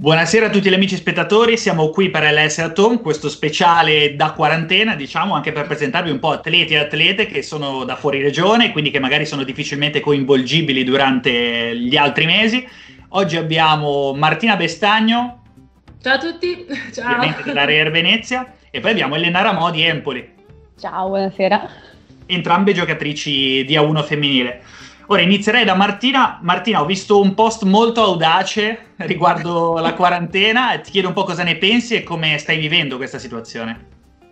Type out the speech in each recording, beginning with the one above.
Buonasera a tutti gli amici spettatori, siamo qui per LS at Home, questo speciale da quarantena, diciamo, anche per presentarvi un po' atleti e atlete che sono da fuori regione, quindi che magari sono difficilmente coinvolgibili durante gli altri mesi. Oggi abbiamo Martina Bestagno, ciao a tutti, ciao. Ovviamente della Real Venezia, e poi abbiamo Elena Ramò di Empoli. Ciao, buonasera. Entrambe giocatrici di A1 femminile. Ora inizierei da Martina. Martina, ho visto un post molto audace riguardo la quarantena e ti chiedo un po' cosa ne pensi e come stai vivendo questa situazione.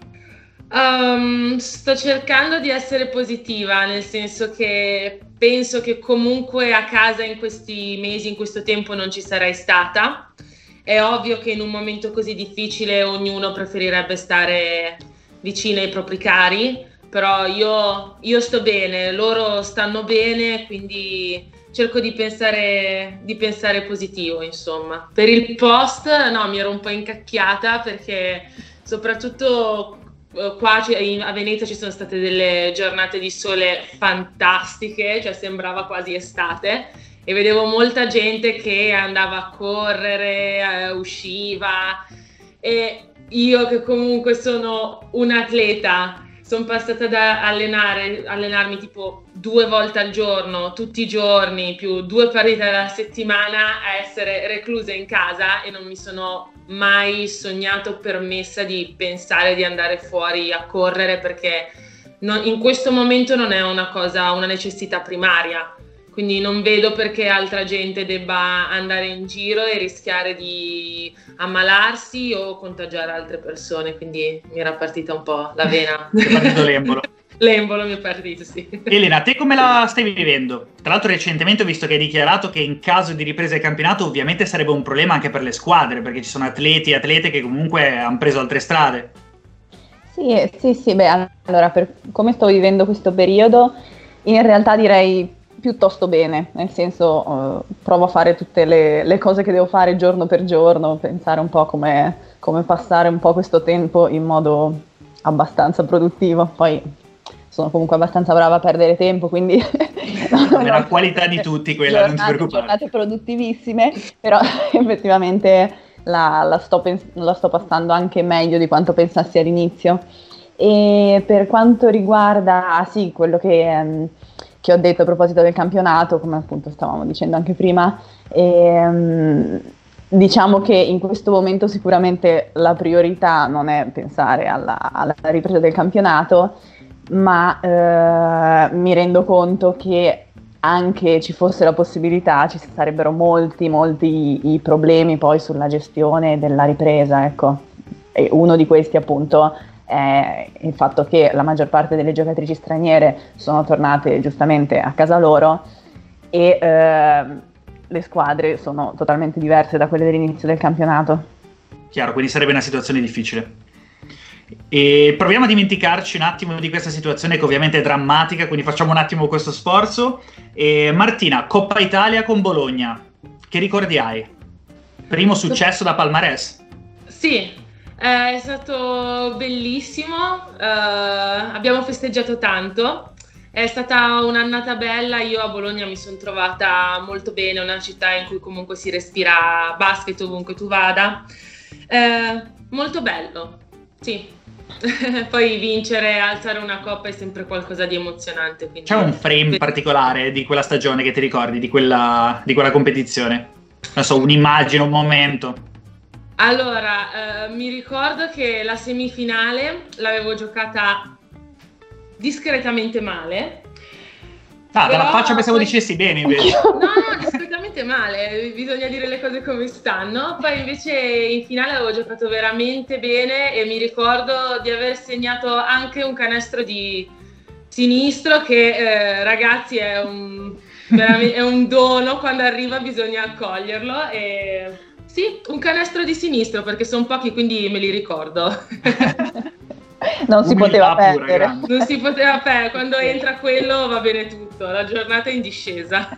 Sto cercando di essere positiva, nel senso che penso che comunque a casa in questi mesi, in questo tempo non ci sarei stata. È ovvio che in un momento così difficile ognuno preferirebbe stare vicino ai propri cari, però io sto bene, loro stanno bene, quindi cerco di pensare positivo, insomma. Per il post, no, mi ero un po' incacchiata perché soprattutto qua a Venezia ci sono state delle giornate di sole fantastiche, cioè sembrava quasi estate, e vedevo molta gente che andava a correre, usciva, e io che comunque sono un atleta, sono passata da allenarmi tipo 2 volte al giorno, tutti i giorni, più 2 partite alla settimana, a essere reclusa in casa, e non mi sono mai sognato permessa di pensare di andare fuori a correre, perché in questo momento non è una necessità primaria. Quindi non vedo perché altra gente debba andare in giro e rischiare di ammalarsi o contagiare altre persone, quindi mi era partita un po' la vena. È partito l'embolo. L'embolo mi è partito, sì. Elena, te come la stai vivendo? Tra l'altro recentemente ho visto che hai dichiarato che in caso di ripresa del campionato ovviamente sarebbe un problema anche per le squadre, perché ci sono atleti e atlete che comunque hanno preso altre strade. Sì, beh, allora per come sto vivendo questo periodo, in realtà direi piuttosto bene, nel senso provo a fare tutte le cose che devo fare giorno per giorno, pensare un po' come passare un po' questo tempo in modo abbastanza produttivo. Poi sono comunque abbastanza brava a perdere tempo, quindi è la qualità di tutti quella, non ti preoccupare. Giornate produttivissime, però effettivamente la sto passando anche meglio di quanto pensassi all'inizio. E per quanto riguarda quello che ho detto a proposito del campionato, come appunto stavamo dicendo anche prima, diciamo che in questo momento sicuramente la priorità non è pensare alla ripresa del campionato, ma mi rendo conto che anche ci fosse la possibilità, ci sarebbero molti i problemi poi sulla gestione della ripresa, ecco. E uno di questi appunto è il fatto che la maggior parte delle giocatrici straniere sono tornate giustamente a casa loro e le squadre sono totalmente diverse da quelle dell'inizio del campionato. Chiaro, quindi sarebbe una situazione difficile. E proviamo a dimenticarci un attimo di questa situazione che ovviamente è drammatica, quindi facciamo un attimo questo sforzo. Martina, Coppa Italia con Bologna, che ricordi hai? Primo successo da palmarès? Sì. È stato bellissimo, abbiamo festeggiato tanto, è stata un'annata bella. Io a Bologna mi sono trovata molto bene, è una città in cui comunque si respira basket ovunque tu vada, molto bello, sì. Poi vincere, alzare una coppa è sempre qualcosa di emozionante. Quindi... C'è un frame particolare di quella stagione che ti ricordi, di quella competizione? Non so, un'immagine, un momento? Allora, mi ricordo che la semifinale l'avevo giocata discretamente male. Dalla faccia pensavo dicessi bene invece. No, discretamente male, bisogna dire le cose come stanno. Poi invece in finale avevo giocato veramente bene e mi ricordo di aver segnato anche un canestro di sinistro che, ragazzi, è un dono, quando arriva bisogna accoglierlo. E sì, un canestro di sinistro, perché sono pochi, quindi me li ricordo. Non si poteva perdere. Non si poteva perdere, quando entra quello va bene tutto, la giornata è in discesa.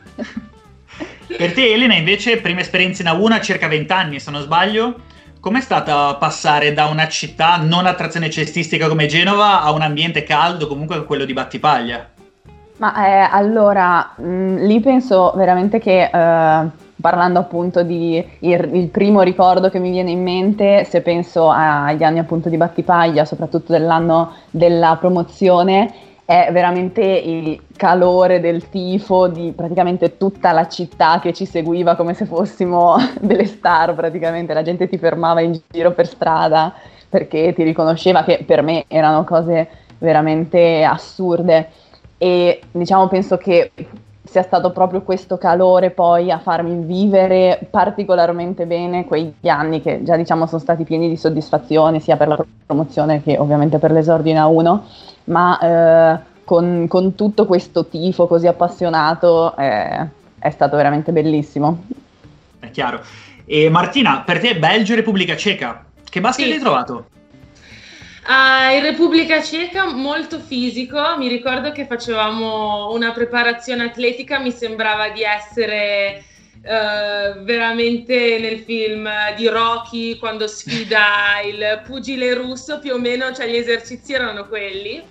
Per te, Elena, invece, prima esperienza in A1 a circa 20 anni, se non sbaglio, com'è stata passare da una città non a trazione cestistica come Genova a un ambiente caldo, comunque quello di Battipaglia? Ma allora, lì penso veramente che parlando appunto di il primo ricordo che mi viene in mente, se penso agli anni appunto di Battipaglia, soprattutto dell'anno della promozione, è veramente il calore del tifo di praticamente tutta la città che ci seguiva come se fossimo delle star praticamente, la gente ti fermava in giro per strada perché ti riconosceva, che per me erano cose veramente assurde, e diciamo penso che sia stato proprio questo calore poi a farmi vivere particolarmente bene quegli anni che già diciamo sono stati pieni di soddisfazione sia per la promozione che ovviamente per l'esordio in A1, ma con tutto questo tifo così appassionato è stato veramente bellissimo. È chiaro. E Martina, per te Belgio e Repubblica Ceca, che basket hai trovato? In Repubblica Ceca molto fisico, mi ricordo che facevamo una preparazione atletica, mi sembrava di essere veramente nel film di Rocky quando sfida il pugile russo, più o meno, cioè gli esercizi erano quelli.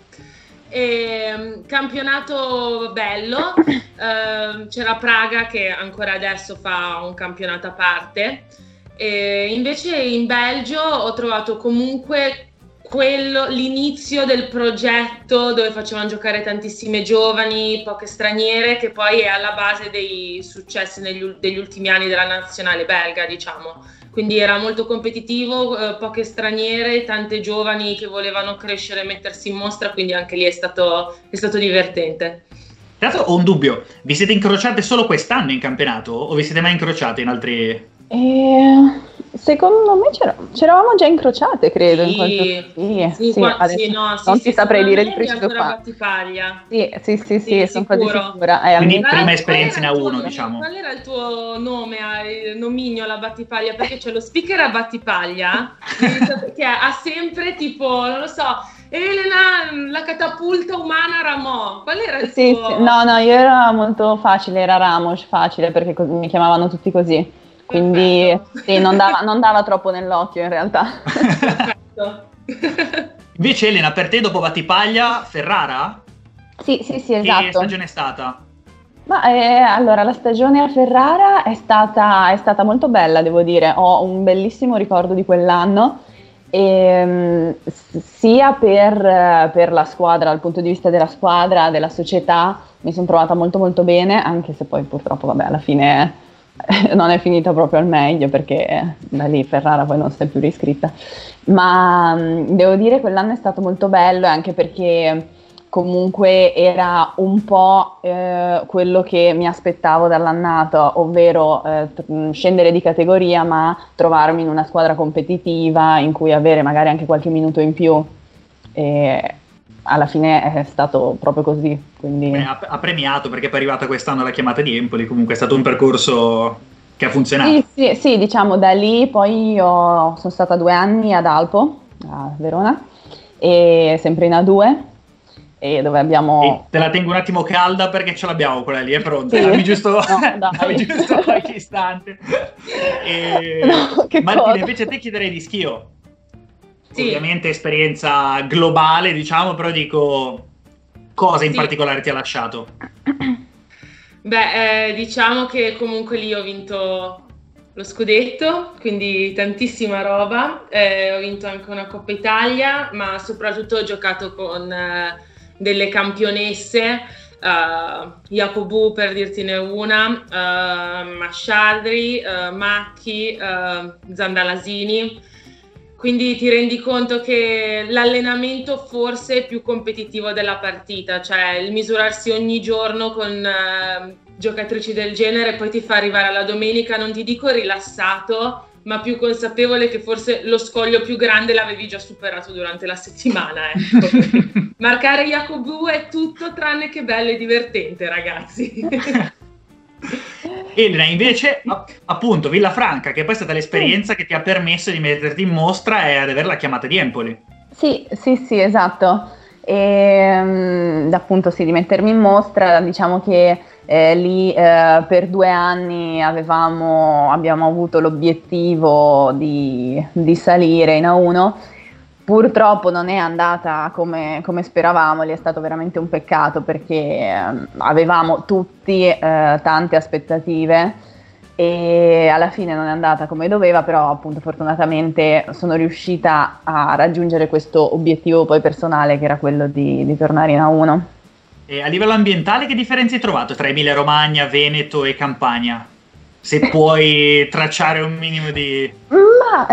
Campionato bello, c'era Praga che ancora adesso fa un campionato a parte, e invece in Belgio ho trovato comunque l'inizio del progetto dove facevano giocare tantissime giovani, poche straniere, che poi è alla base dei successi degli ultimi anni della nazionale belga, diciamo. Quindi era molto competitivo, poche straniere, tante giovani che volevano crescere e mettersi in mostra, quindi anche lì è stato divertente. Tra l'altro ho un dubbio, vi siete incrociate solo quest'anno in campionato o vi siete mai incrociate in altri... Secondo me c'eravamo già incrociate, credo. Non ti saprei dire di preciso qua. Battipaglia. Sì, sono quasi sicura. Quindi prima esperienza in A1, diciamo. Qual era il tuo nome, il nomignolo alla Battipaglia? Perché c'è lo speaker a Battipaglia, che ha sempre tipo, non lo so, Elena, la catapulta umana Ramò. Qual era il tuo? No, io era molto facile, era Ramos, facile, perché mi chiamavano tutti così. Quindi sì, non dava troppo nell'occhio in realtà. Perfetto. Invece Elena, per te dopo Battipaglia, Ferrara? Sì, esatto. Che stagione è stata? Ma allora, la stagione a Ferrara è stata molto bella, devo dire. Ho un bellissimo ricordo di quell'anno, sia per la squadra, dal punto di vista della squadra, della società, mi sono trovata molto molto bene, anche se poi purtroppo, vabbè, alla fine non è finita proprio al meglio, perché da lì Ferrara poi non si è più riscritta, ma devo dire che quell'anno è stato molto bello, anche perché comunque era un po' quello che mi aspettavo dall'annata, ovvero scendere di categoria ma trovarmi in una squadra competitiva in cui avere magari anche qualche minuto in più, e alla fine è stato proprio così. Quindi... ha premiato, perché poi è arrivata quest'anno la chiamata di Empoli, comunque è stato un percorso che ha funzionato. Sì, diciamo da lì poi io sono stata 2 anni ad Alpo, a Verona, e sempre in A2, e dove abbiamo... E te la tengo un attimo calda perché ce l'abbiamo quella lì, è pronta. Sì. Dammi giusto dai. qualche istante. Martina, invece a te chiederei di Schio. Sì. Ovviamente esperienza globale, diciamo, però dico, cosa in particolare ti ha lasciato? Beh, diciamo che comunque lì ho vinto lo scudetto, quindi tantissima roba, ho vinto anche una Coppa Italia, ma soprattutto ho giocato con delle campionesse, Jacobu per dirtene una, Masciadri, Macchi, Zandalasini. Quindi ti rendi conto che l'allenamento forse è più competitivo della partita, cioè il misurarsi ogni giorno con giocatrici del genere poi ti fa arrivare alla domenica, non ti dico rilassato, ma più consapevole che forse lo scoglio più grande l'avevi già superato durante la settimana. Ecco. Marcare Jacobu è tutto tranne che bello e divertente, ragazzi. Elena, invece, appunto, Villafranca, che poi è stata l'esperienza che ti ha permesso di metterti in mostra e ad avere la chiamata di Empoli. Sì, esatto. E appunto sì, di mettermi in mostra, diciamo che lì per 2 anni abbiamo avuto l'obiettivo di salire in A1. Purtroppo non è andata come speravamo, lì è stato veramente un peccato, perché avevamo tutti tante aspettative, e alla fine non è andata come doveva, però appunto fortunatamente sono riuscita a raggiungere questo obiettivo poi personale, che era quello di tornare in A1. E a livello ambientale che differenze hai trovato tra Emilia Romagna, Veneto e Campania? Se puoi tracciare un minimo di... Ma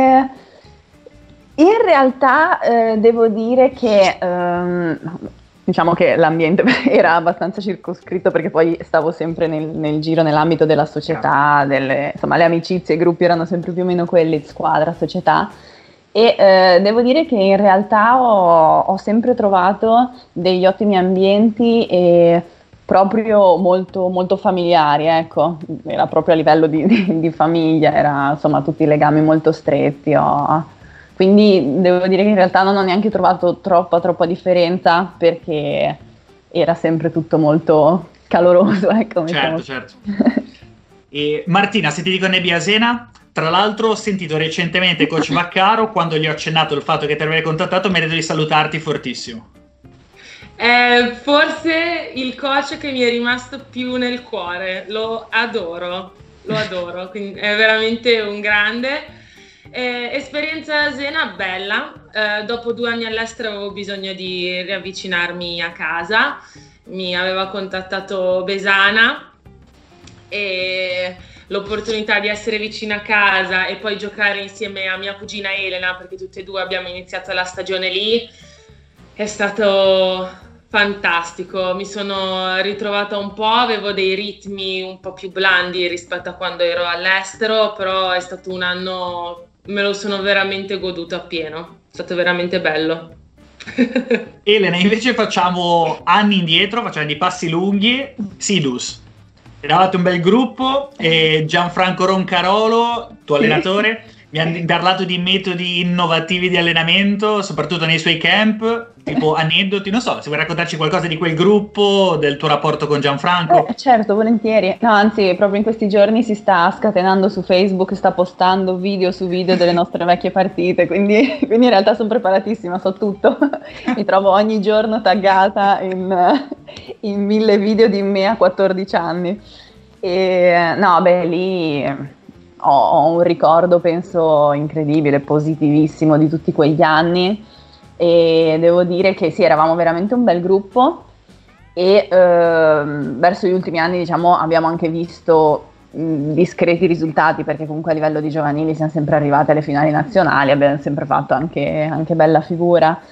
in realtà devo dire che diciamo che l'ambiente era abbastanza circoscritto, perché poi stavo sempre nel giro, nell'ambito della società, insomma le amicizie, i gruppi erano sempre più o meno quelli, squadra, società, e devo dire che in realtà ho sempre trovato degli ottimi ambienti e proprio molto, molto familiari, ecco, era proprio a livello di famiglia, era insomma tutti legami molto stretti. Quindi devo dire che in realtà non ho neanche trovato troppa differenza, perché era sempre tutto molto caloroso, ecco. Certo. E Martina, se ti dico Nebbia Asena, tra l'altro ho sentito recentemente Coach Vaccaro, quando gli ho accennato il fatto che ti avrei contattato, merito di salutarti fortissimo. Forse il coach che mi è rimasto più nel cuore, lo adoro, quindi è veramente un grande. Esperienza a Zena bella, dopo 2 anni all'estero avevo bisogno di riavvicinarmi a casa, mi aveva contattato Besana e l'opportunità di essere vicino a casa e poi giocare insieme a mia cugina Elena, perché tutte e due abbiamo iniziato la stagione lì, è stato fantastico. Mi sono ritrovata un po', avevo dei ritmi un po' più blandi rispetto a quando ero all'estero, però è stato un anno, me lo sono veramente goduto appieno, è stato veramente bello. Elena, invece facciamo anni indietro, facciamo dei passi lunghi. Sidus, eravate un bel gruppo e Gianfranco Roncarolo, tuo allenatore, mi ha parlato di metodi innovativi di allenamento, soprattutto nei suoi camp, tipo aneddoti, non so, se vuoi raccontarci qualcosa di quel gruppo, del tuo rapporto con Gianfranco. Certo, volentieri. No, anzi, proprio in questi giorni si sta scatenando su Facebook, sta postando video su video delle nostre vecchie partite, quindi in realtà sono preparatissima, so tutto. Mi trovo ogni giorno taggata in 1000 video di me a 14 anni. E no, beh, lì ho un ricordo, penso, incredibile, positivissimo di tutti quegli anni, e devo dire che sì, eravamo veramente un bel gruppo, e verso gli ultimi anni, diciamo, abbiamo anche visto discreti risultati, perché comunque a livello di giovanili siamo sempre arrivati alle finali nazionali, abbiamo sempre fatto anche bella figura,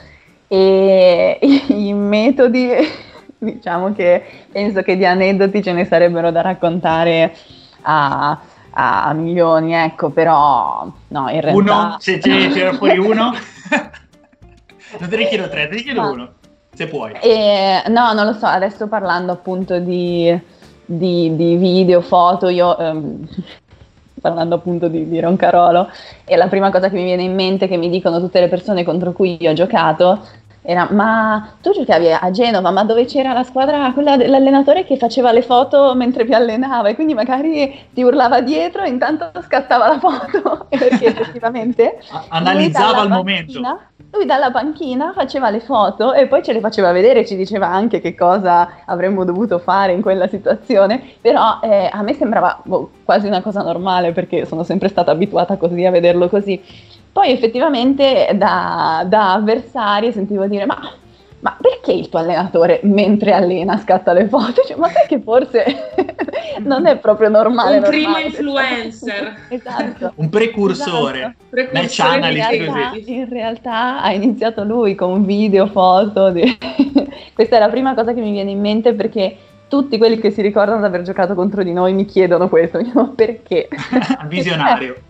e i metodi, diciamo che penso che di aneddoti ce ne sarebbero da raccontare a milioni, ecco, però no, in realtà... Uno? Se c'era fuori uno? Non te ne chiedo 3, te ne chiedo uno, se puoi. No, non lo so, adesso parlando appunto di video, foto, io parlando appunto di Roncarolo, e la prima cosa che mi viene in mente, che mi dicono tutte le persone contro cui io ho giocato, era: ma tu giocavi a Genova, ma dove c'era la squadra, quella dell'allenatore che faceva le foto mentre vi allenava, e quindi magari ti urlava dietro e intanto scattava la foto, perché effettivamente analizzava il momento. Lui dalla panchina faceva le foto e poi ce le faceva vedere, ci diceva anche che cosa avremmo dovuto fare in quella situazione, però a me sembrava quasi una cosa normale, perché sono sempre stata abituata così, a vederlo così. Poi effettivamente da avversarie sentivo dire: ma perché il tuo allenatore mentre allena scatta le foto? Cioè, ma perché forse non è proprio normale. Un primo influencer. Esatto. Un precursore. Esatto. In realtà ha iniziato lui con video, foto. Questa è la prima cosa che mi viene in mente, perché tutti quelli che si ricordano di aver giocato contro di noi mi chiedono questo. Ma perché? Visionario.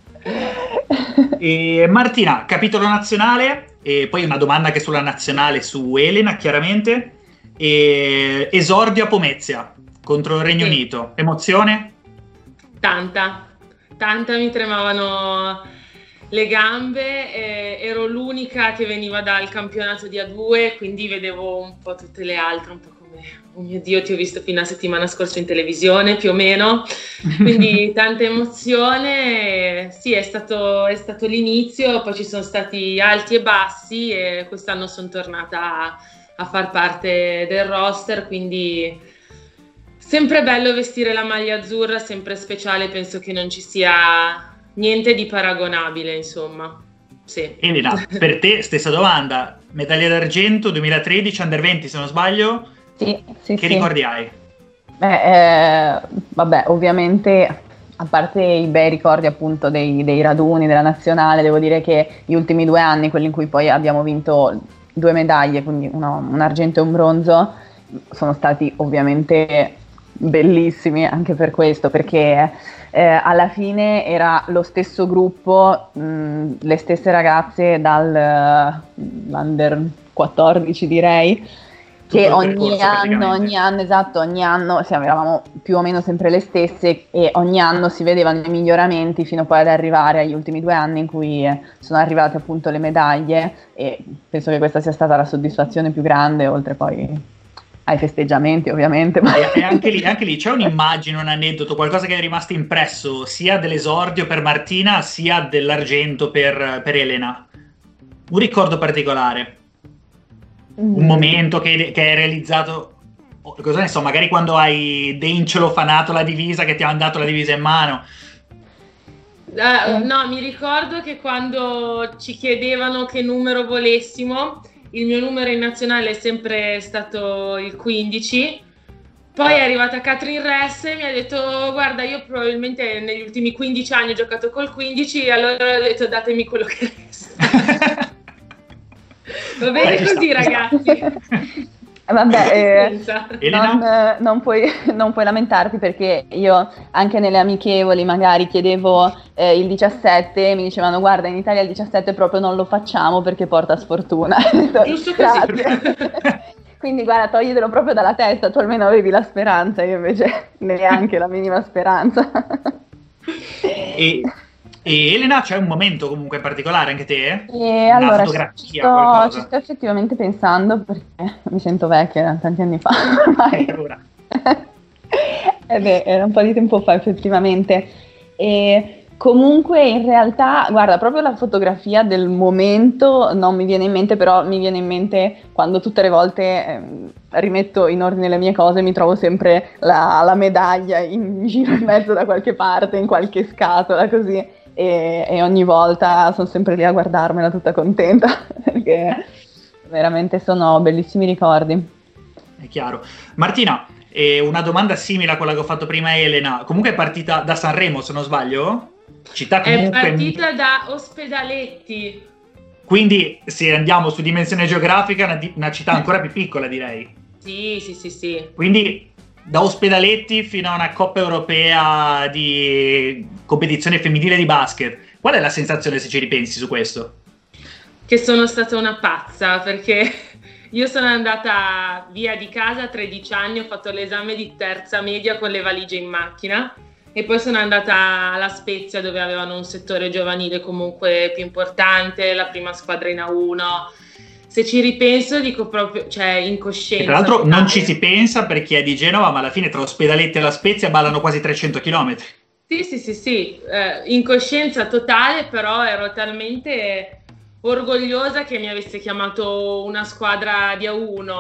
E Martina, capitolo nazionale, e poi una domanda che sulla nazionale su Elena, chiaramente. E esordio a Pomezia contro il Regno Unito, emozione? Tanta, mi tremavano le gambe, ero l'unica che veniva dal campionato di A2, quindi vedevo un po' tutte le altre, un po' come: oh mio Dio, ti ho visto fino a settimana scorsa in televisione, più o meno, quindi tanta emozione. Sì, è stato l'inizio, poi ci sono stati alti e bassi, e quest'anno sono tornata a far parte del roster, quindi Sempre bello vestire la maglia azzurra, sempre speciale, penso che non ci sia niente di paragonabile, insomma. Sì. Elena, per te stessa domanda, medaglia d'argento 2013 Under 20 se non sbaglio, Sì. che ricordi hai? Vabbè, ovviamente, a parte i bei ricordi appunto dei raduni, della nazionale, devo dire che gli ultimi 2 anni, quelli in cui poi abbiamo vinto 2 medaglie, quindi un argento e un bronzo, sono stati ovviamente bellissimi anche per questo, perché alla fine era lo stesso gruppo, le stesse ragazze dall'Under 14 direi, che ogni anno eravamo più o meno sempre le stesse e ogni anno si vedevano i miglioramenti fino poi ad arrivare agli ultimi 2 anni in cui sono arrivate appunto le medaglie, e penso che questa sia stata la soddisfazione più grande, oltre poi ai festeggiamenti ovviamente. E anche lì c'è un'immagine, un aneddoto, qualcosa che è rimasto impresso sia dell'esordio per Martina sia dell'argento per Elena, un ricordo particolare, un momento che hai realizzato, cosa ne so, magari quando hai deincelofonato la divisa, che ti hanno dato la divisa in mano. No, mi ricordo che quando ci chiedevano che numero volessimo, il mio numero in nazionale è sempre stato il 15, poi è arrivata Katrin Ress e mi ha detto: guarda, io probabilmente negli ultimi 15 anni ho giocato col 15, allora ho detto datemi quello che resta. Va bene così, ragazzi. Vabbè, non puoi lamentarti, perché io anche nelle amichevoli magari chiedevo il 17 e mi dicevano: guarda, in Italia il 17 proprio non lo facciamo perché porta sfortuna. Giusto così. Quindi guarda, toglitelo proprio dalla testa, tu almeno avevi la speranza, io invece neanche la minima speranza. E Elena, c'è un momento comunque particolare anche te? Allora, fotografia, ci sto effettivamente pensando, perché mi sento vecchia, da tanti anni fa ormai. Era un po' di tempo fa effettivamente. E comunque in realtà, guarda, proprio la fotografia del momento non mi viene in mente, però mi viene in mente quando tutte le volte rimetto in ordine le mie cose, mi trovo sempre la medaglia in giro in mezzo da qualche parte, in qualche scatola, così. E ogni volta sono sempre lì a guardarmela tutta contenta, perché veramente sono bellissimi ricordi. È chiaro. Martina, una domanda simile a quella che ho fatto prima a Elena. Comunque è partita da Sanremo, se non sbaglio? Città comunque... È partita da Ospedaletti. Quindi se andiamo su dimensione geografica, una città ancora più piccola, direi. Sì. Quindi da Ospedaletti fino a una Coppa Europea di competizione femminile di basket. Qual è la sensazione, se ci ripensi, su questo? Che sono stata una pazza, perché io sono andata via di casa a 13 anni, ho fatto l'esame di terza media con le valigie in macchina e poi sono andata alla Spezia, dove avevano un settore giovanile comunque più importante, la prima squadra in A1. Se ci ripenso dico proprio, cioè, incoscienza. E tra l'altro non ci si pensa, perché è di Genova, ma alla fine tra Ospedaletti e la Spezia ballano quasi 300 km. Sì. Incoscienza totale, però ero talmente orgogliosa che mi avesse chiamato una squadra di A1,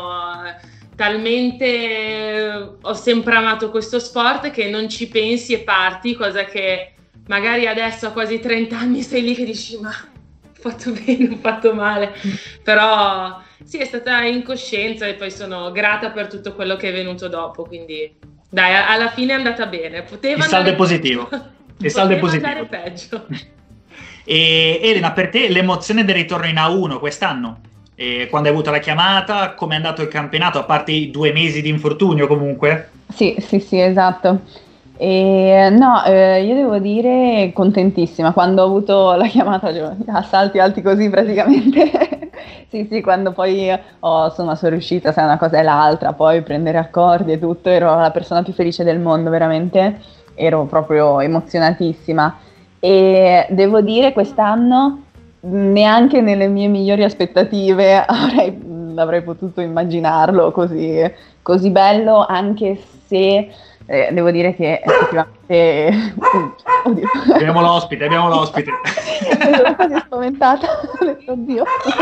talmente ho sempre amato questo sport che non ci pensi e parti, cosa che magari adesso a quasi 30 anni sei lì che dici: ma ho fatto bene, ho fatto male, però sì, è stata incoscienza e poi sono grata per tutto quello che è venuto dopo, quindi dai, alla fine è andata bene. Il saldo è positivo. Il saldo è positivo. Andare peggio. E Elena, per te l'emozione del ritorno in A1 quest'anno? Quando hai avuto la chiamata, come è andato il campionato, a parte i 2 mesi di infortunio comunque? Sì, esatto. Io devo dire contentissima quando ho avuto la chiamata, a salti alti così praticamente. Sì, quando poi sono riuscita, sai, una cosa e l'altra, poi prendere accordi e tutto, ero la persona più felice del mondo, veramente, ero proprio emozionatissima. E devo dire, quest'anno neanche nelle mie migliori aspettative avrei potuto immaginarlo così bello, anche se devo dire che effettivamente oddio. Abbiamo l'ospite. Sono quasi spaventata, ho detto oddio.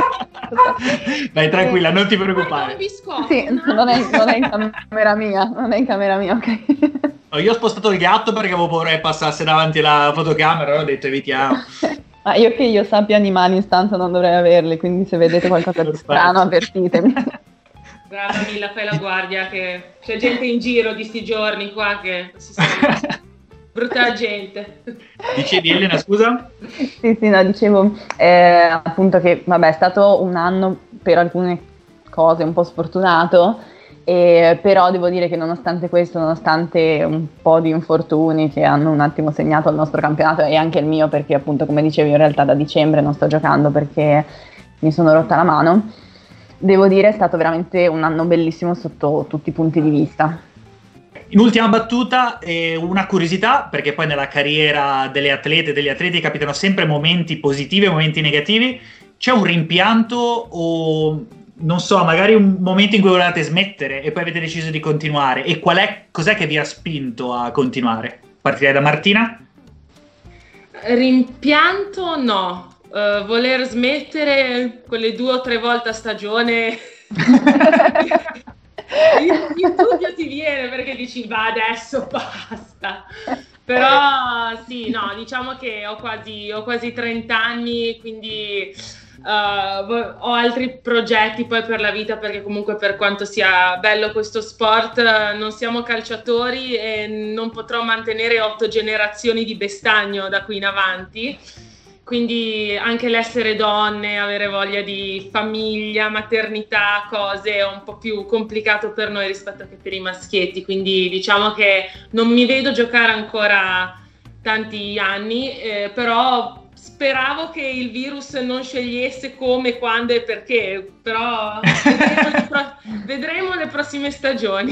Vai tranquilla, non ti preoccupare. Sì, non è in camera mia, ok. Io ho spostato il gatto perché avevo paura che passasse davanti alla fotocamera, ho detto evitiamo. Ma io che io sappia animali in stanza non dovrei averli, quindi se vedete qualcosa di strano avvertitemi. Brava Milla, fai la guardia, che c'è gente in giro di sti giorni qua che si sa, brutta gente. Dicevi Elena, scusa? Sì, no, dicevo appunto che vabbè è stato un anno per alcune cose un po' sfortunato, però devo dire che nonostante questo, nonostante un po' di infortuni che hanno un attimo segnato il nostro campionato e anche il mio, perché appunto come dicevi in realtà da dicembre non sto giocando perché mi sono rotta la mano, devo dire è stato veramente un anno bellissimo sotto tutti i punti di vista. In ultima battuta, una curiosità, perché poi nella carriera delle atlete e degli atleti capitano sempre momenti positivi e momenti negativi. C'è un rimpianto o, non so, magari un momento in cui volevate smettere e poi avete deciso di continuare? E cos'è che vi ha spinto a continuare? Partirei da Martina? Rimpianto no. Voler smettere quelle 2 o 3 volte a stagione... il dubbio ti viene perché dici va adesso basta, però sì, no, diciamo che ho quasi 30 anni, quindi ho altri progetti poi per la vita, perché comunque per quanto sia bello questo sport non siamo calciatori e non potrò mantenere 8 generazioni di bestagno da qui in avanti. Quindi anche l'essere donne, avere voglia di famiglia, maternità, cose è un po' più complicato per noi rispetto che per i maschietti. Quindi diciamo che non mi vedo giocare ancora tanti anni, però speravo che il virus non scegliesse come, quando e perché. Però vedremo le prossime stagioni.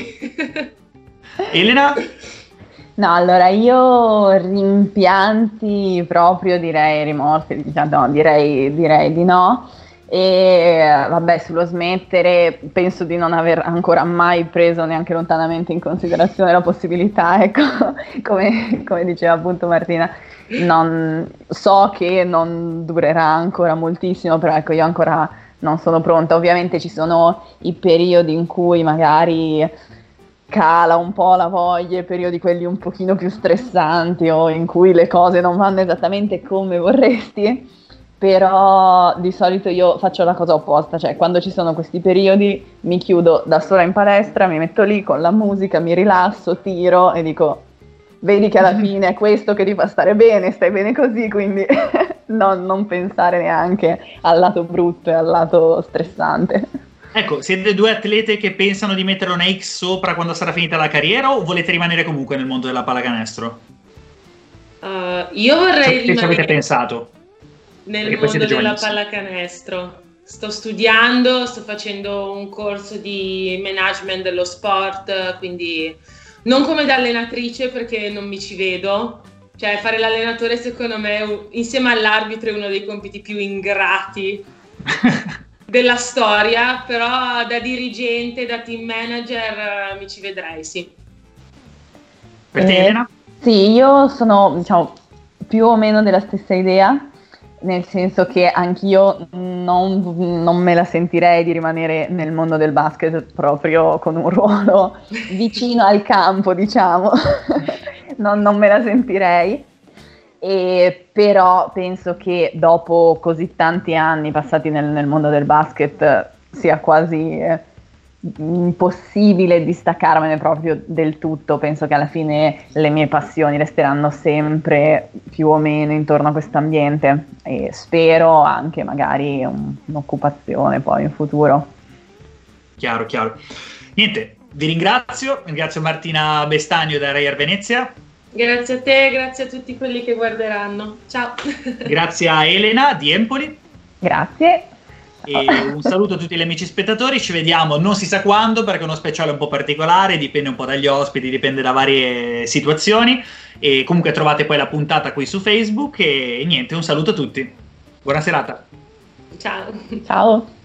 Elena? No, allora io rimpianti proprio direi rimorsi, no, direi di no. E vabbè, sullo smettere penso di non aver ancora mai preso neanche lontanamente in considerazione la possibilità, ecco, come diceva appunto Martina, so che non durerà ancora moltissimo, però ecco io ancora non sono pronta. Ovviamente ci sono i periodi in cui magari cala un po' la voglia, periodi quelli un pochino più stressanti o in cui le cose non vanno esattamente come vorresti, però di solito io faccio la cosa opposta, cioè quando ci sono questi periodi mi chiudo da sola in palestra, mi metto lì con la musica, mi rilasso, tiro e dico vedi che alla fine è questo che ti fa stare bene, stai bene così, quindi non pensare neanche al lato brutto e al lato stressante. Ecco, siete 2 atlete che pensano di mettere una X sopra quando sarà finita la carriera o volete rimanere comunque nel mondo della pallacanestro? Io vorrei rimanere... Che ci avete pensato? Nel mondo della pallacanestro. Sto studiando, sto facendo un corso di management dello sport, quindi non come da allenatrice perché non mi ci vedo. Cioè fare l'allenatore secondo me insieme all'arbitro è uno dei compiti più ingrati della storia, però da dirigente, da team manager mi ci vedrei, sì. Per te, Elena? Sì, io sono, diciamo, più o meno della stessa idea, nel senso che anch'io non me la sentirei di rimanere nel mondo del basket proprio con un ruolo vicino al campo, diciamo, non me la sentirei. Però penso che dopo così tanti anni passati nel mondo del basket sia quasi impossibile distaccarmene proprio del tutto. Penso che alla fine le mie passioni resteranno sempre più o meno intorno a questo ambiente e spero anche magari un'occupazione poi in futuro. Chiaro. Niente, vi ringrazio Martina Bestagno da Rai Venezia. Grazie a te, grazie a tutti quelli che guarderanno. Ciao. Grazie a Elena di Empoli. Grazie. E un saluto a tutti gli amici spettatori. Ci vediamo non si sa quando, perché è uno speciale un po' particolare, dipende un po' dagli ospiti, dipende da varie situazioni. E comunque trovate poi la puntata qui su Facebook. E niente, un saluto a tutti. Buona serata. Ciao. Ciao.